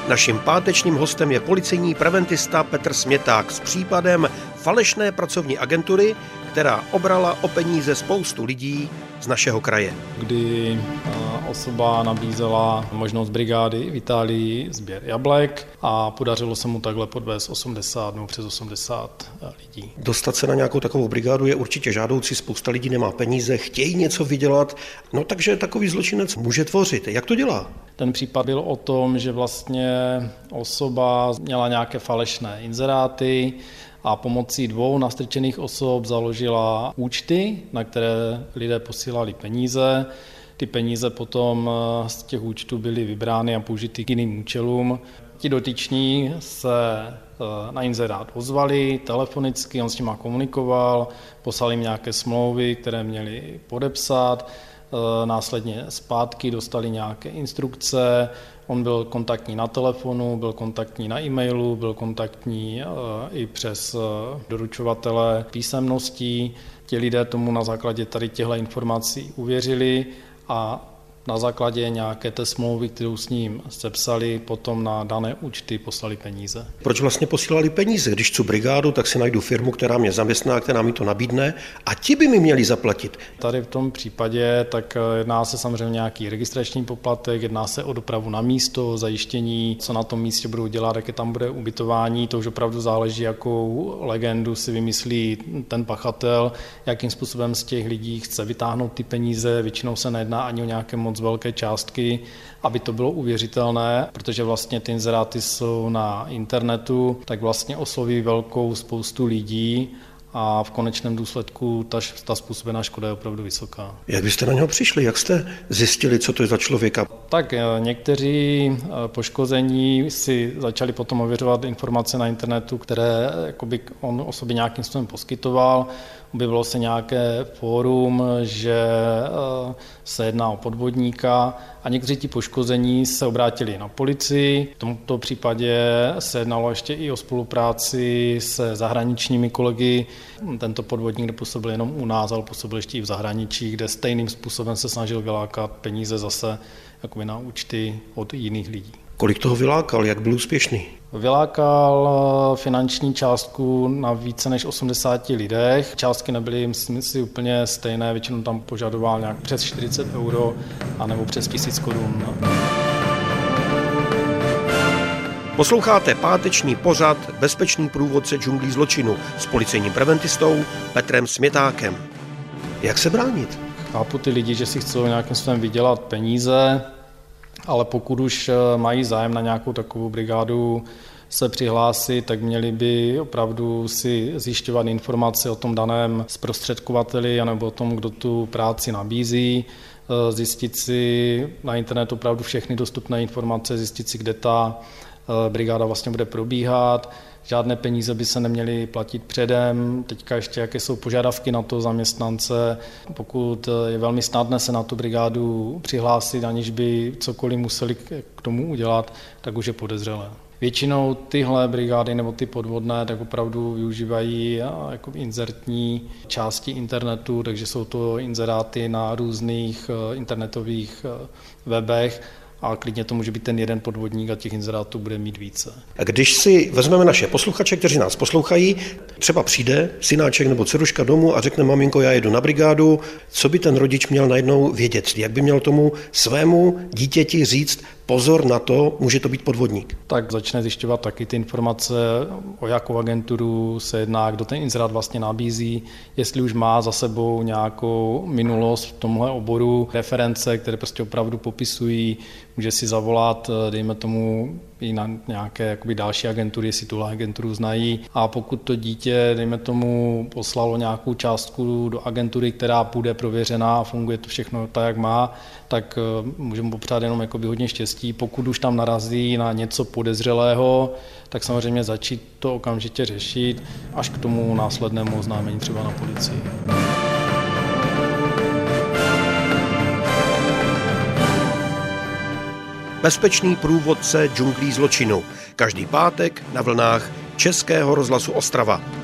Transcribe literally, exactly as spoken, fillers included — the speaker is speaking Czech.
Naším pátečním hostem je policejní preventista Petr Směták s případem falešné pracovní agentury, která obrala o peníze spoustu lidí z našeho kraje. Kdy osoba nabízela možnost brigády v Itálii sběr jablek a podařilo se mu takhle podvést osmdesát nebo přes osmdesát lidí. Dostat se na nějakou takovou brigádu je určitě žádoucí, spousta lidí nemá peníze, chtějí něco vydělat, no takže takový zločinec může tvořit. Jak to dělá? Ten případ byl o tom, že vlastně osoba měla nějaké falešné inzeráty a pomocí dvou nastrčených osob založila účty, na které lidé posílali peníze. Ty peníze potom z těch účtů byly vybrány a použity k jiným účelům. Ti dotyční se na inzerát ozvali telefonicky, on s nima komunikoval, poslal jim nějaké smlouvy, které měli podepsat, následně zpátky dostali nějaké instrukce, on byl kontaktní na telefonu, byl kontaktní na e-mailu, byl kontaktní i přes doručovatele písemností. Ti lidé tomu na základě tady těchto informací uvěřili a na základě nějaké té smlouvy, kterou s ním sepsali, potom na dané účty poslali peníze. Proč vlastně posílali peníze? Když chci brigádu, tak si najdu firmu, která mě zaměstná, která mi to nabídne a ti by mi měli zaplatit. Tady v tom případě tak jedná se samozřejmě nějaký registrační poplatek, jedná se o dopravu na místo, zajištění, co na tom místě budou dělat, jaké tam bude ubytování. To už opravdu záleží, jakou legendu si vymyslí ten pachatel, jakým způsobem z těch lidí chce vytáhnout ty peníze. Většinou se nejedná ani o nějaké moc velké částky, aby to bylo uvěřitelné, protože vlastně ty inzeráty jsou na internetu, tak vlastně osloví velkou spoustu lidí a v konečném důsledku ta, ta způsobená škoda je opravdu vysoká. Jak byste na něho přišli? Jak jste zjistili, co to je za člověka? Tak někteří poškození si začali potom ověřovat informace na internetu, které jakoby on o sobě nějakým způsobem poskytoval. Objevilo se nějaké fórum, že se jedná o podvodníka a někteří ti poškození se obrátili na policii. V tomto případě se jednalo ještě i o spolupráci se zahraničními kolegy. Tento podvodník nepůsobil jenom u nás, ale působil ještě i v zahraničí, kde stejným způsobem se snažil vylákat peníze zase jakoby na účty od jiných lidí. Kolik toho vylákal? Jak byl úspěšný? Vylákal finanční částku na více než osmdesáti lidech. Částky nebyly, myslím si, úplně stejné, většinou tam požadoval nějak přes čtyřicet euro anebo přes tisíc korun. Posloucháte páteční pořad Bezpečný průvodce džunglí zločinu s policejním preventistou Petrem Smětákem. Jak se bránit? Chápu ty lidi, že si chcou nějakým způsobem vydělat peníze, ale pokud už mají zájem na nějakou takovou brigádu se přihlásit, tak měli by opravdu si zjišťovat informace o tom daném zprostředkovateli anebo o tom, kdo tu práci nabízí, zjistit si na internetu opravdu všechny dostupné informace, zjistit si, kde ta brigáda vlastně bude probíhat. Žádné peníze by se neměly platit předem. Teďka ještě, jaké jsou požadavky na to zaměstnance. Pokud je velmi snadné se na tu brigádu přihlásit, aniž by cokoliv museli k tomu udělat, tak už je podezřelé. Většinou tyhle brigády nebo ty podvodné tak opravdu využívají jako inzertní části internetu, takže jsou to inzeráty na různých internetových webech, a klidně to může být ten jeden podvodník a těch inzerátů bude mít více. A když si vezmeme naše posluchače, kteří nás poslouchají, třeba přijde synáček nebo dceruška domů a řekne: maminko, já jedu na brigádu, co by ten rodič měl najednou vědět? Jak by měl tomu svému dítěti říct: pozor na to, může to být podvodník? Tak začne zjišťovat taky ty informace, o jakou agenturu se jedná, kdo ten inzerát vlastně nabízí, jestli už má za sebou nějakou minulost v tomhle oboru, reference, které prostě opravdu popisují, může si zavolat, dejme tomu, i na nějaké jakoby další agentury, jestli tuhle agenturu znají. A pokud to dítě, dejme tomu, poslalo nějakou částku do agentury, která bude prověřená a funguje to všechno tak, jak má, tak můžeme popřát jenom jakoby hodně štěstí. Pokud už tam narazí na něco podezřelého, tak samozřejmě začít to okamžitě řešit až k tomu následnému oznámení třeba na policii. Bezpečný průvodce džunglí zločinu. Každý pátek na vlnách Českého rozhlasu Ostrava.